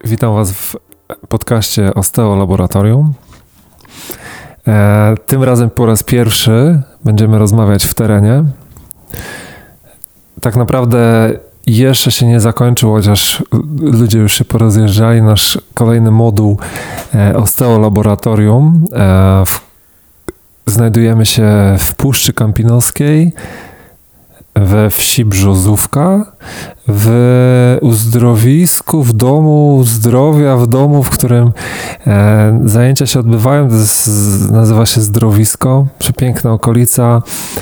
Witam Was w podcaście Osteo Laboratorium. Tym razem po raz pierwszy będziemy rozmawiać w terenie. Tak naprawdę jeszcze się nie zakończył, chociaż ludzie już się porozjeżdżali. Nasz kolejny moduł Osteo Laboratorium. Znajdujemy się w Puszczy Kampinoskiej, we wsi Brzozówka, w uzdrowisku, w domu zdrowia, w domu, w którym zajęcia się odbywają. Nazywa się Zdrowisko. Przepiękna okolica,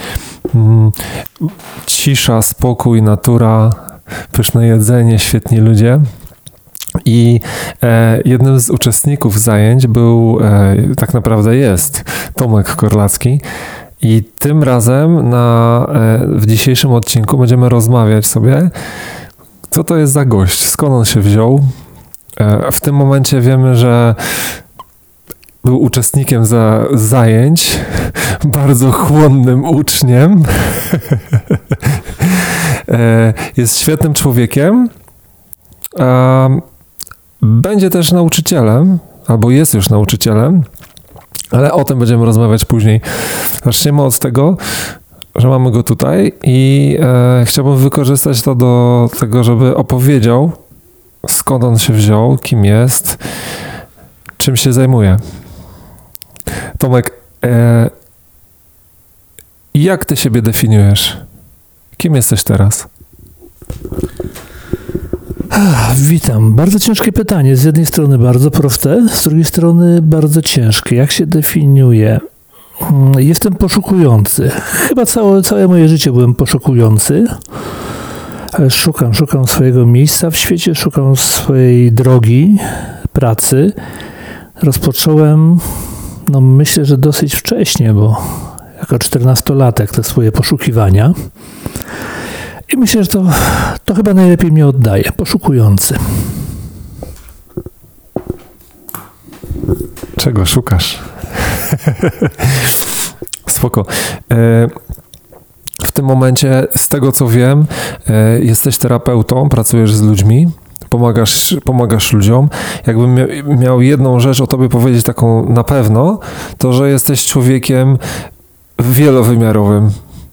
cisza, spokój, natura, pyszne jedzenie, świetni ludzie. I jednym z uczestników zajęć był, tak naprawdę jest, Tomek Korlacki. I tym razem w dzisiejszym odcinku będziemy rozmawiać sobie, co to jest za gość, skąd on się wziął. W tym momencie wiemy, że był uczestnikiem zajęć, bardzo chłonnym uczniem. Jest świetnym człowiekiem. Będzie też nauczycielem, albo jest już nauczycielem. Ale o tym będziemy rozmawiać później. Zaczniemy od tego, że mamy go tutaj i chciałbym wykorzystać to do tego, żeby opowiedział, skąd on się wziął, kim jest, czym się zajmuje. Tomek, jak ty siebie definiujesz? Kim jesteś teraz? Witam. Bardzo ciężkie pytanie. Z jednej strony bardzo proste, z drugiej strony bardzo ciężkie. Jak się definiuję? Jestem poszukujący. Chyba całe moje życie byłem poszukujący. Szukam swojego miejsca w świecie, szukam swojej drogi, pracy. Rozpocząłem, myślę, że dosyć wcześnie, bo jako 14-latek te swoje poszukiwania. I myślę, że to chyba najlepiej mnie oddaje. Poszukujący. Czego szukasz? Spoko. W tym momencie, z tego co wiem, jesteś terapeutą, pracujesz z ludźmi, pomagasz ludziom. Jakbym miał jedną rzecz o tobie powiedzieć taką na pewno, to że jesteś człowiekiem wielowymiarowym.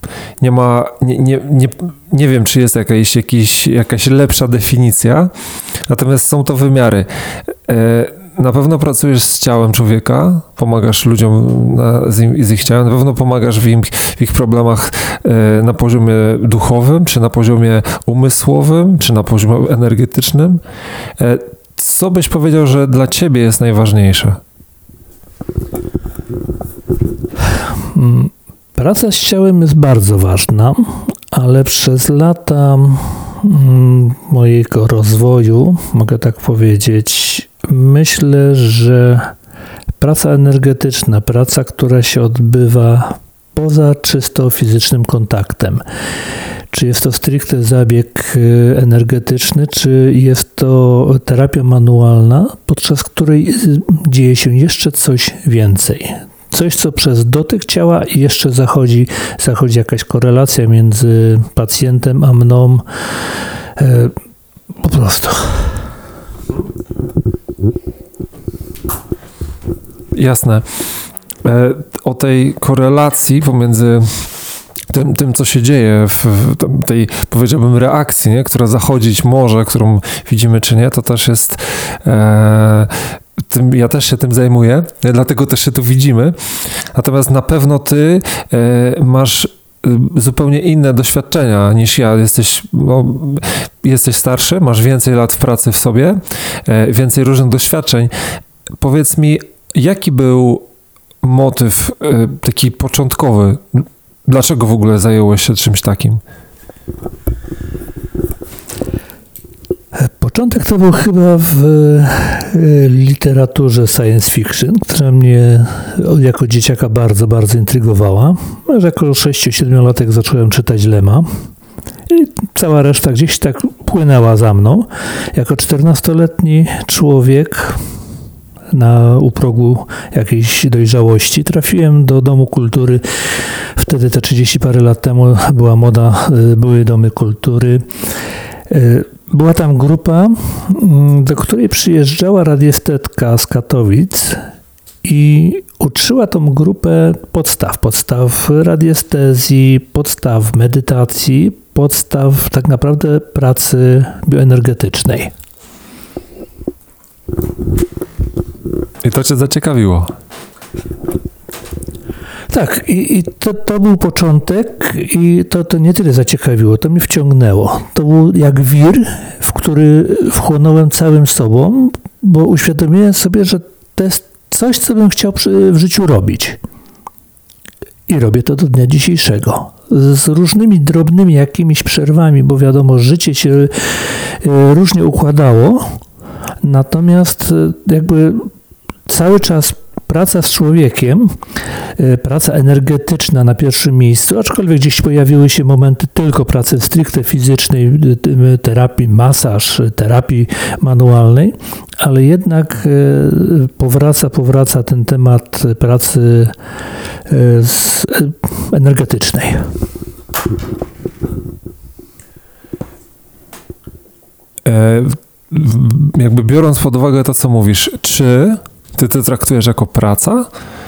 Nie wiem, czy jest jakaś lepsza definicja, natomiast są to wymiary. Na pewno pracujesz z ciałem człowieka, pomagasz ludziom z ich ciałem, na pewno pomagasz w ich problemach na poziomie duchowym, czy na poziomie umysłowym, czy na poziomie energetycznym. Co byś powiedział, że dla ciebie jest najważniejsze? Praca z ciałem jest bardzo ważna, ale przez lata mojego rozwoju, mogę tak powiedzieć, myślę, że praca energetyczna, praca, która się odbywa poza czysto fizycznym kontaktem, czy jest to stricte zabieg energetyczny, czy jest to terapia manualna, podczas której dzieje się jeszcze coś więcej. Coś, co przez dotyk ciała jeszcze zachodzi jakaś korelacja między pacjentem a mną. Po prostu. Jasne. O tej korelacji pomiędzy tym, co się dzieje w tej, powiedziałbym, reakcji, nie? Która zachodzić może, którą widzimy czy nie, to też jest... Ja też się tym zajmuję, dlatego też się tu widzimy. Natomiast na pewno ty masz zupełnie inne doświadczenia niż ja. Jesteś starszy, masz więcej lat w pracy w sobie, więcej różnych doświadczeń. Powiedz mi, jaki był motyw taki początkowy? Dlaczego w ogóle zająłeś się czymś takim? Początek to był chyba w literaturze science fiction, która mnie jako dzieciaka bardzo, bardzo intrygowała. Aż jako 6-7-latek zacząłem czytać Lema i cała reszta gdzieś tak płynęła za mną. Jako 14-letni człowiek u progu jakiejś dojrzałości trafiłem do Domu Kultury. Wtedy te 30 parę lat temu była moda, były domy kultury. była tam grupa, do której przyjeżdżała radiestetka z Katowic i uczyła tą grupę podstaw radiestezji, podstaw medytacji, podstaw tak naprawdę pracy bioenergetycznej. I to cię zaciekawiło? Tak, i to był początek i to nie tyle zaciekawiło, to mnie wciągnęło. To był jak wir, w który wchłonąłem całym sobą, bo uświadomiłem sobie, że to jest coś, co bym chciał w życiu robić. I robię to do dnia dzisiejszego. Z różnymi drobnymi jakimiś przerwami, bo wiadomo, życie się różnie układało, natomiast jakby cały czas praca z człowiekiem, praca energetyczna na pierwszym miejscu, aczkolwiek gdzieś pojawiły się momenty tylko pracy stricte fizycznej, terapii, masaż, terapii manualnej, ale jednak powraca ten temat pracy energetycznej. Jakby biorąc pod uwagę to, co mówisz, czy ty to traktujesz jako praca?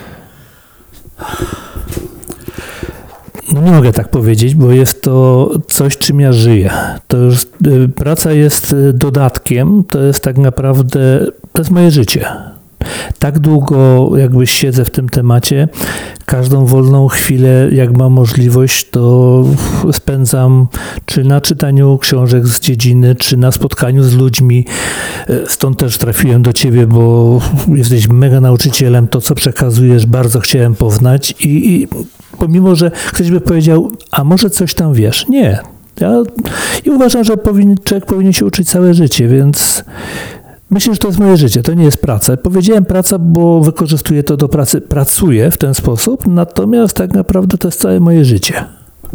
No nie mogę tak powiedzieć, bo jest to coś, czym ja żyję. To już, praca jest dodatkiem, to jest tak naprawdę, to jest moje życie. Tak długo jakby siedzę w tym temacie, każdą wolną chwilę, jak mam możliwość, to spędzam czy na czytaniu książek z dziedziny, czy na spotkaniu z ludźmi. Stąd też trafiłem do ciebie, bo jesteś mega nauczycielem, to co przekazujesz bardzo chciałem poznać i pomimo, że ktoś by powiedział, a może coś tam wiesz? Nie. I uważam, że człowiek powinien się uczyć całe życie, więc myślę, że to jest moje życie, to nie jest praca. Powiedziałem praca, bo wykorzystuję to do pracy, pracuję w ten sposób, natomiast tak naprawdę to jest całe moje życie.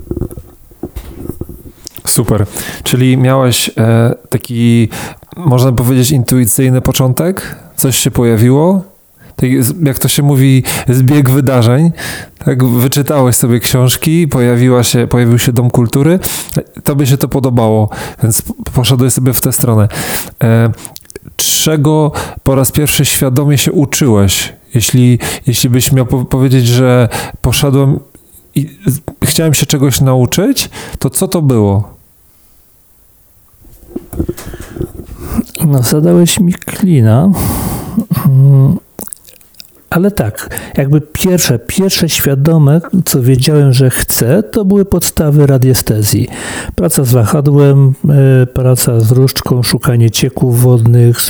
Super. Czyli miałeś taki, można powiedzieć, intuicyjny początek? Coś się pojawiło? Tak, jak to się mówi, zbieg wydarzeń. Tak, wyczytałeś sobie książki, pojawił się Dom Kultury, tobie się to podobało, więc poszedłeś sobie w tę stronę. Czego po raz pierwszy świadomie się uczyłeś? Jeśli byś miał powiedzieć, że poszedłem i chciałem się czegoś nauczyć, to co to było? No, zadałeś mi klina, ale tak, jakby pierwsze świadome, co wiedziałem, że chcę, to były podstawy radiestezji. Praca z wahadłem, praca z różdżką, szukanie cieków wodnych.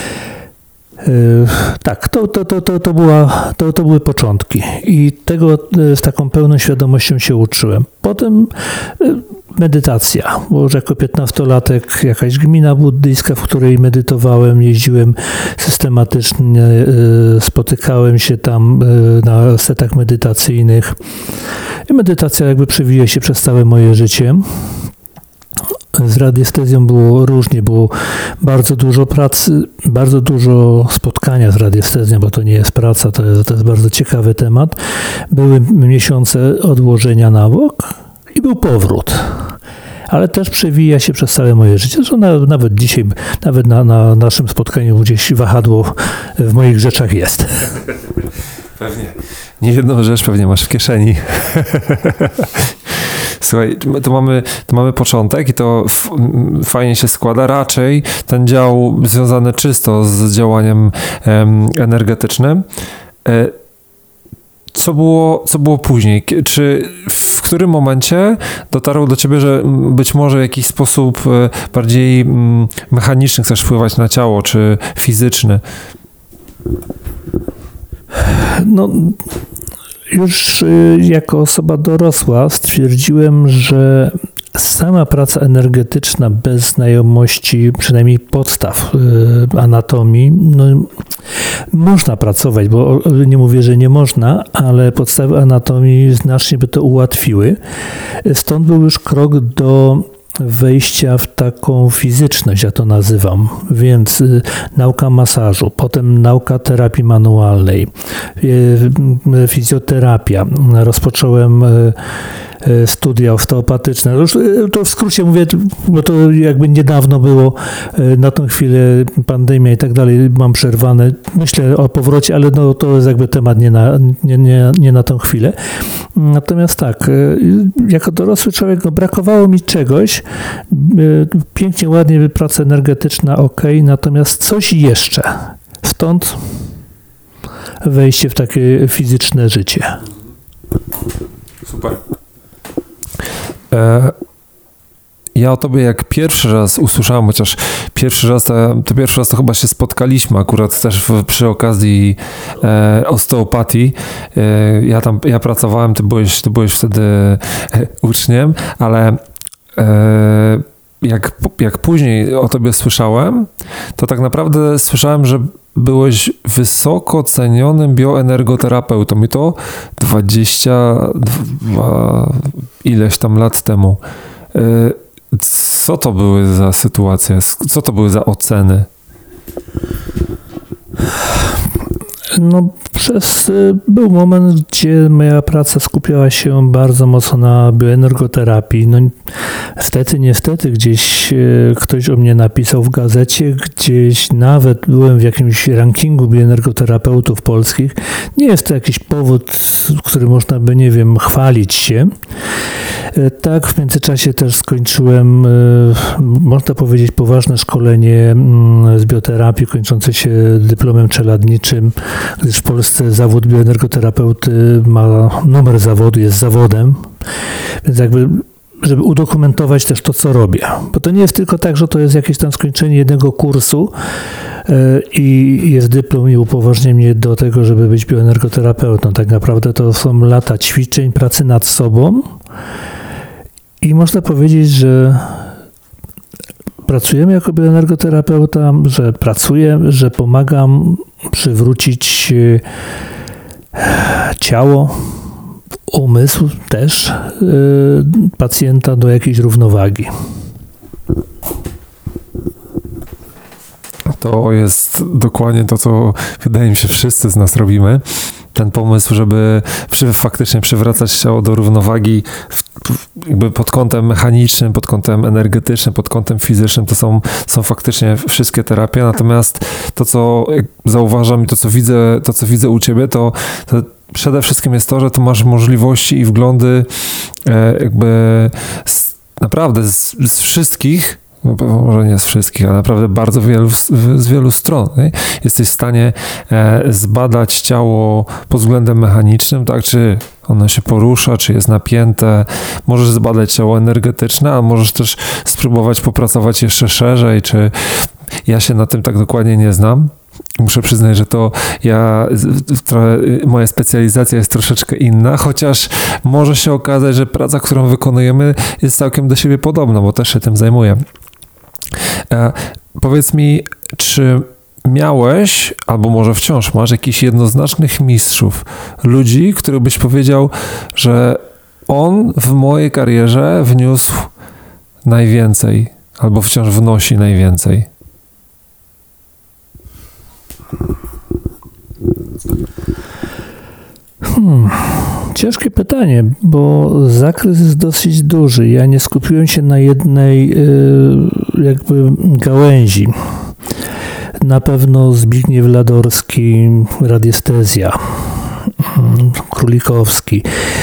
Tak, to były początki i tego z taką pełną świadomością się uczyłem. Potem medytacja, bo już jako 15-latek jakaś gmina buddyjska, w której medytowałem, jeździłem systematycznie, spotykałem się tam na setach medytacyjnych i medytacja jakby przewija się przez całe moje życie. Z radiestezją było różnie, było bardzo dużo pracy, bardzo dużo spotkania z radiestezją, bo to nie jest praca, to jest bardzo ciekawy temat. Były miesiące odłożenia na bok i był powrót. Ale też przewija się przez całe moje życie. Zresztą nawet dzisiaj, nawet na naszym spotkaniu gdzieś wahadło w moich rzeczach jest. Pewnie. Nie jedną rzecz pewnie masz w kieszeni. Słuchaj, to mamy początek i to fajnie się składa. Raczej ten dział związany czysto z działaniem energetycznym. Co było później? Czy w którym momencie dotarło do ciebie, że być może w jakiś sposób bardziej mechaniczny chcesz wpływać na ciało, czy fizyczny? No, już jako osoba dorosła stwierdziłem, że sama praca energetyczna bez znajomości przynajmniej podstaw anatomii, no, można pracować, bo nie mówię, że nie można, ale podstawy anatomii znacznie by to ułatwiły. Stąd był już krok do wejścia w taką fizyczność, ja to nazywam, więc nauka masażu, potem nauka terapii manualnej, fizjoterapia. Rozpocząłem studia osteopatyczne. To w skrócie mówię, bo to jakby niedawno było, na tą chwilę pandemia i tak dalej, mam przerwane. Myślę o powrocie, ale no, to jest jakby temat nie na tą chwilę. Natomiast tak, jako dorosły człowiek brakowało mi czegoś, pięknie, ładnie, praca energetyczna, ok, natomiast coś jeszcze. Stąd wejście w takie fizyczne życie. Super. Ja o tobie jak pierwszy raz usłyszałem, chociaż pierwszy raz to chyba się spotkaliśmy akurat też przy okazji osteopatii. Ja pracowałem, ty byłeś wtedy uczniem, ale jak później o tobie słyszałem, to tak naprawdę słyszałem, że byłeś wysoko cenionym bioenergoterapeutą i to 22 ileś tam lat temu. Co to były za sytuacje? Co to były za oceny? No, był moment, gdzie moja praca skupiała się bardzo mocno na bioenergoterapii. No, niestety gdzieś ktoś o mnie napisał w gazecie, gdzieś nawet byłem w jakimś rankingu bioenergoterapeutów polskich. Nie jest to jakiś powód, który można by, nie wiem, chwalić się. Tak, w międzyczasie też skończyłem, można powiedzieć, poważne szkolenie z bioterapii, kończące się dyplomem czeladniczym, gdyż w Polsce zawód bioenergoterapeuty ma numer zawodu, jest zawodem, więc jakby, żeby udokumentować też to, co robię. Bo to nie jest tylko tak, że to jest jakieś tam skończenie jednego kursu i jest dyplom i upoważnia mnie do tego, żeby być bioenergoterapeutą. Tak naprawdę to są lata ćwiczeń, pracy nad sobą i można powiedzieć, że pracujemy jako bioenergoterapeuta, że pracuję, że pomagam przywrócić ciało, umysł też pacjenta do jakiejś równowagi. To jest dokładnie to, co wydaje mi się wszyscy z nas robimy. Ten pomysł, żeby faktycznie przywracać ciało do równowagi jakby pod kątem mechanicznym, pod kątem energetycznym, pod kątem fizycznym, to są faktycznie wszystkie terapie. Natomiast to, co zauważam i to, co widzę u ciebie, to przede wszystkim jest to, że tu masz możliwości i wglądy jakby naprawdę z wszystkich, może nie z wszystkich, ale naprawdę bardzo z wielu stron. Nie? Jesteś w stanie zbadać ciało pod względem mechanicznym, tak? Czy ono się porusza, czy jest napięte. Możesz zbadać ciało energetyczne, a możesz też spróbować popracować jeszcze szerzej, czy ja się na tym tak dokładnie nie znam. Muszę przyznać, że to moja specjalizacja jest troszeczkę inna, chociaż może się okazać, że praca, którą wykonujemy, jest całkiem do siebie podobna, bo też się tym zajmuję. Powiedz mi, czy miałeś, albo może wciąż masz jakichś jednoznacznych mistrzów, ludzi, których byś powiedział, że on w mojej karierze wniósł najwięcej, albo wciąż wnosi najwięcej? Ciężkie pytanie, bo zakres jest dosyć duży. Ja nie skupiłem się na jednej jakby gałęzi. Na pewno Zbigniew Ladorski, radiestezja, Królikowski,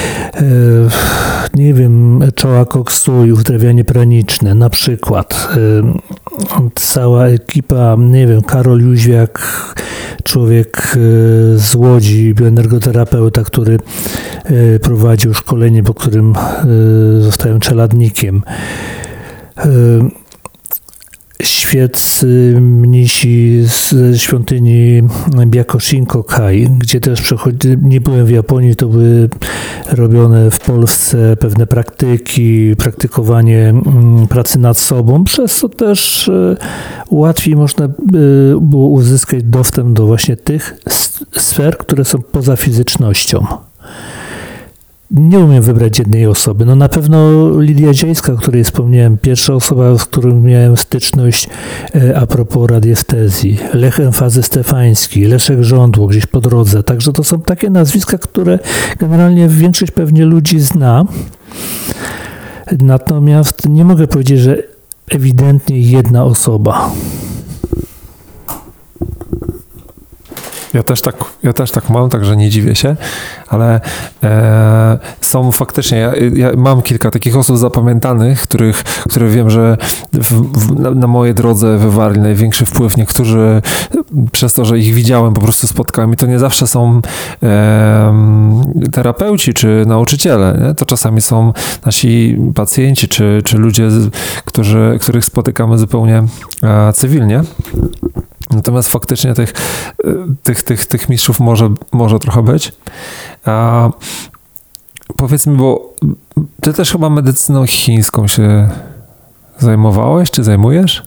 nie wiem, czoła koksu i uzdrawianie praniczne, na przykład. Cała ekipa, nie wiem, Karol Jóźwiak, człowiek z Łodzi, bioenergoterapeuta, który prowadził szkolenie, po którym zostałem czeladnikiem. Świeccy mnisi z świątyni Byakushinko-kai, gdzie też nie byłem w Japonii, to były robione w Polsce pewne praktykowanie pracy nad sobą, przez co też łatwiej można było uzyskać dostęp do właśnie tych sfer, które są poza fizycznością. Nie umiem wybrać jednej osoby. No na pewno Lidia Ziejska, o której wspomniałem, pierwsza osoba, z którą miałem styczność a propos radiestezji. Lech Emfazy Stefański, Leszek Żądło gdzieś po drodze. Także to są takie nazwiska, które generalnie większość pewnie ludzi zna. Natomiast nie mogę powiedzieć, że ewidentnie jedna osoba. Ja też tak mam, także nie dziwię się, ale są faktycznie, ja mam kilka takich osób zapamiętanych, które wiem, że na mojej drodze wywarli największy wpływ. Niektórzy przez to, że ich widziałem, po prostu spotkałem i to nie zawsze są terapeuci czy nauczyciele, nie? To czasami są nasi pacjenci czy ludzie, których spotykamy zupełnie cywilnie. Natomiast faktycznie tych mistrzów może trochę być. A powiedz mi, bo ty też chyba medycyną chińską się zajmowałeś, czy zajmujesz?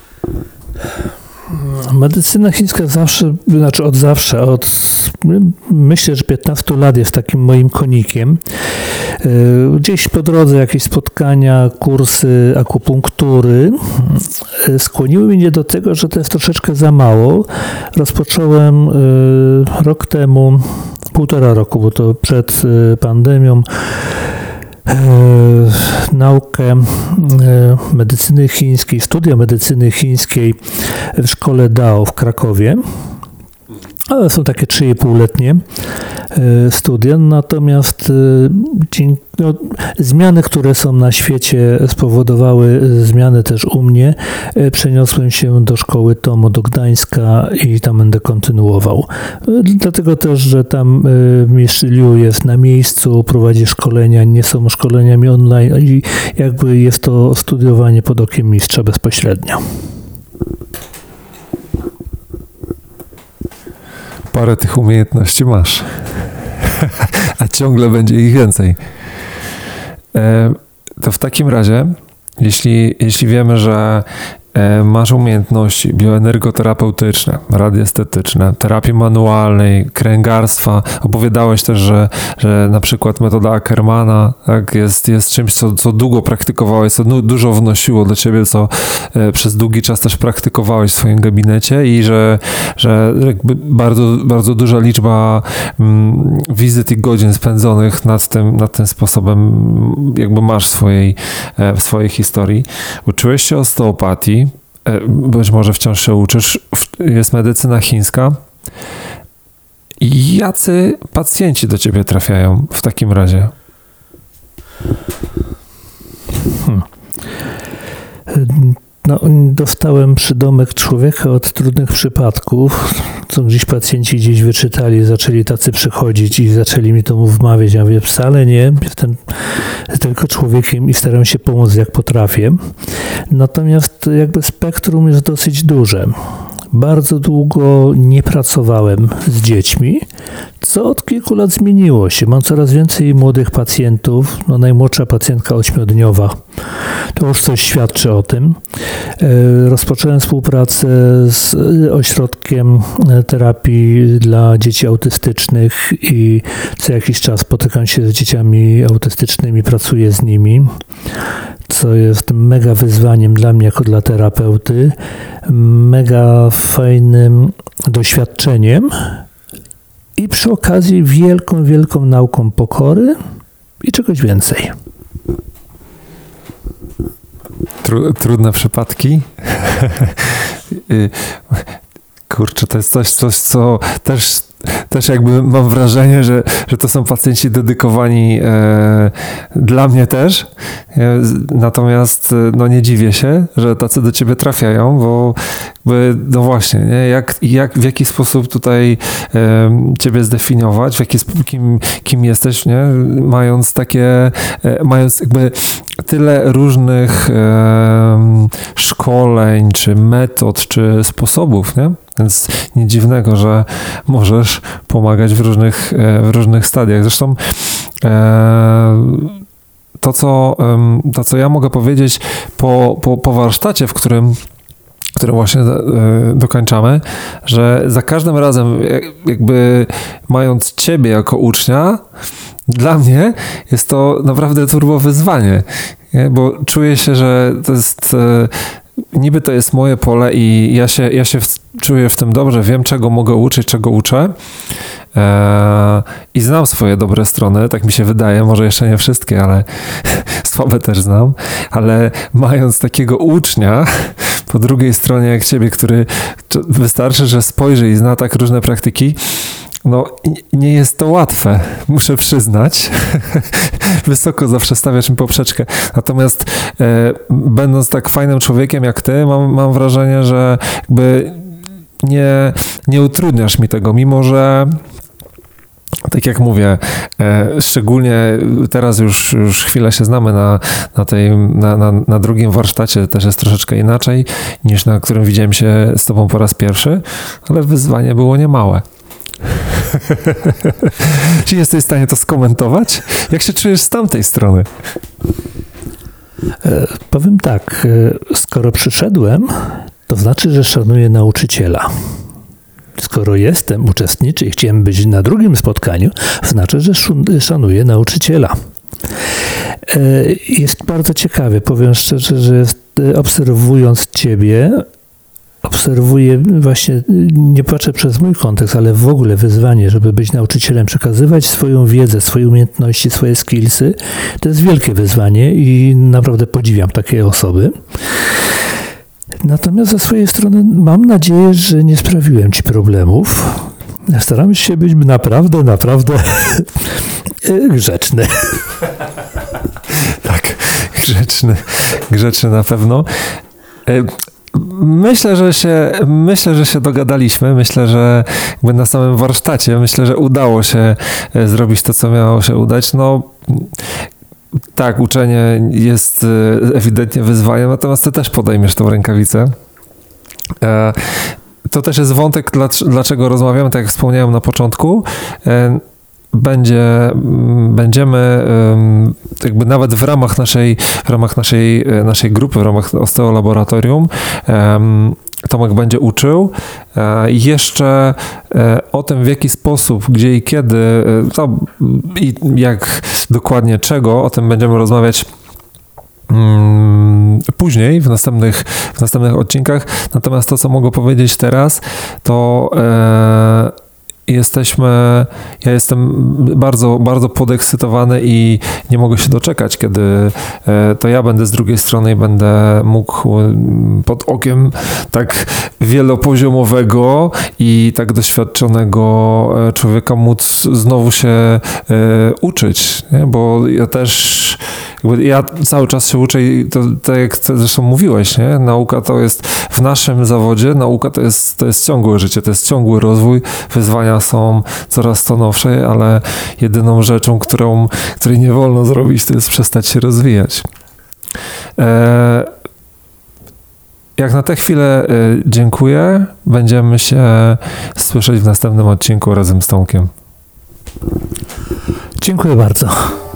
Medycyna chińska od zawsze, myślę, że 15 lat jest takim moim konikiem. Gdzieś po drodze jakieś spotkania, kursy akupunktury skłoniły mnie do tego, że to jest troszeczkę za mało. Rozpocząłem rok temu, 1,5 roku, bo to przed pandemią, naukę medycyny chińskiej, studia medycyny chińskiej w szkole Dao w Krakowie. Ale są takie 3,5-letnie studia, natomiast zmiany, które są na świecie, spowodowały zmiany też u mnie. Przeniosłem się do szkoły Tomo, do Gdańska i tam będę kontynuował. Dlatego też, że tam mistrz Liu jest na miejscu, prowadzi szkolenia, nie są szkoleniami online i jakby jest to studiowanie pod okiem mistrza bezpośrednio. Parę tych umiejętności masz, a ciągle będzie ich więcej. To w takim razie, jeśli wiemy, że masz umiejętności bioenergoterapeutyczne, radioestetyczne, terapii manualnej, kręgarstwa. Opowiadałeś też, że na przykład metoda Ackermana, tak, jest czymś, co długo praktykowałeś, co dużo wnosiło do ciebie, co przez długi czas też praktykowałeś w swoim gabinecie i że jakby bardzo, bardzo duża liczba wizyt i godzin spędzonych nad tym sposobem jakby masz w swojej historii. Uczyłeś się osteopatii, być może wciąż się uczysz, jest medycyna chińska. Jacy pacjenci do ciebie trafiają w takim razie? Dostałem przydomek człowieka od trudnych przypadków, co gdzieś pacjenci gdzieś wyczytali, zaczęli tacy przychodzić i zaczęli mi to wmawiać. Ja mówię, wcale nie, jestem tylko człowiekiem i staram się pomóc jak potrafię. Natomiast jakby spektrum jest dosyć duże. Bardzo długo nie pracowałem z dziećmi, co od kilku lat zmieniło się. Mam coraz więcej młodych pacjentów. Najmłodsza pacjentka 8-dniowa. To już coś świadczy o tym. Rozpocząłem współpracę z ośrodkiem terapii dla dzieci autystycznych i co jakiś czas spotykam się z dzieciami autystycznymi, pracuję z nimi, co jest mega wyzwaniem dla mnie jako dla terapeuty, mega fajnym doświadczeniem i przy okazji wielką, wielką nauką pokory i czegoś więcej. Trudne przypadki. Kurczę, to jest coś, co też jakby mam wrażenie, że to są pacjenci dedykowani dla mnie też. Natomiast nie dziwię się, że tacy do ciebie trafiają, bo no właśnie, nie? W jaki sposób tutaj ciebie zdefiniować, kim jesteś, nie? Mając jakby tyle różnych szkoleń, czy metod, czy sposobów, nie? Więc nic dziwnego, że możesz pomagać w różnych stadiach. Zresztą to, co ja mogę powiedzieć po warsztacie, w którym właśnie dokończamy, że za każdym razem jakby mając ciebie jako ucznia, dla mnie jest to naprawdę turbo wyzwanie, nie? Bo czuję się, że to jest niby to jest moje pole i ja się czuję w tym dobrze, wiem czego mogę uczyć, czego uczę, i znam swoje dobre strony, tak mi się wydaje, może jeszcze nie wszystkie, ale słabe też znam, ale mając takiego ucznia po drugiej stronie jak ciebie, który wystarczy, że spojrzy i zna tak różne praktyki, no nie jest to łatwe, muszę przyznać. Wysoko zawsze stawiasz mi poprzeczkę. Natomiast będąc tak fajnym człowiekiem jak ty, mam wrażenie, że jakby nie utrudniasz mi tego, mimo że tak jak mówię, szczególnie teraz już chwilę się znamy na drugim warsztacie, też jest troszeczkę inaczej niż na którym widziałem się z tobą po raz pierwszy, ale wyzwanie było niemałe. Czy jesteś w stanie to skomentować? Jak się czujesz z tamtej strony? Powiem tak, skoro przyszedłem, to znaczy, że szanuję nauczyciela. Skoro uczestniczę i chciałem być na drugim spotkaniu, znaczy, że szanuję nauczyciela. Jest bardzo ciekawie, powiem szczerze, że obserwując ciebie, obserwuję właśnie, nie patrzę przez mój kontekst, ale w ogóle wyzwanie, żeby być nauczycielem, przekazywać swoją wiedzę, swoje umiejętności, swoje skillsy, to jest wielkie wyzwanie i naprawdę podziwiam takie osoby. Natomiast ze swojej strony mam nadzieję, że nie sprawiłem ci problemów. Staram się być naprawdę grzeczny. Tak, grzeczny na pewno. Myślę, że się dogadaliśmy. Myślę, że jakby na samym warsztacie, udało się zrobić to, co miało się udać. No tak, uczenie jest ewidentnie wyzwaniem, natomiast ty też podejmiesz tą rękawicę. To też jest wątek, dlaczego rozmawiamy, tak jak wspomniałem na początku. Będziemy jakby nawet w ramach naszej grupy, w ramach Osteolaboratorium, Tomek będzie uczył jeszcze o tym, w jaki sposób, gdzie i kiedy, i jak dokładnie czego, o tym będziemy rozmawiać później, w następnych odcinkach. Natomiast to, co mogę powiedzieć teraz, to ja jestem bardzo, bardzo podekscytowany i nie mogę się doczekać, kiedy to ja będę z drugiej strony i będę mógł pod okiem tak wielopoziomowego i tak doświadczonego człowieka móc znowu się uczyć, nie? Bo ja cały czas się uczę i to tak jak zresztą mówiłeś, nie? Nauka to jest w naszym zawodzie, nauka to jest ciągłe życie, to jest ciągły rozwój, wyzwania są coraz to nowsze, ale jedyną rzeczą, której nie wolno zrobić, to jest przestać się rozwijać. Jak na tę chwilę dziękuję. Będziemy się słyszeć w następnym odcinku razem z Tomkiem. Dziękuję bardzo.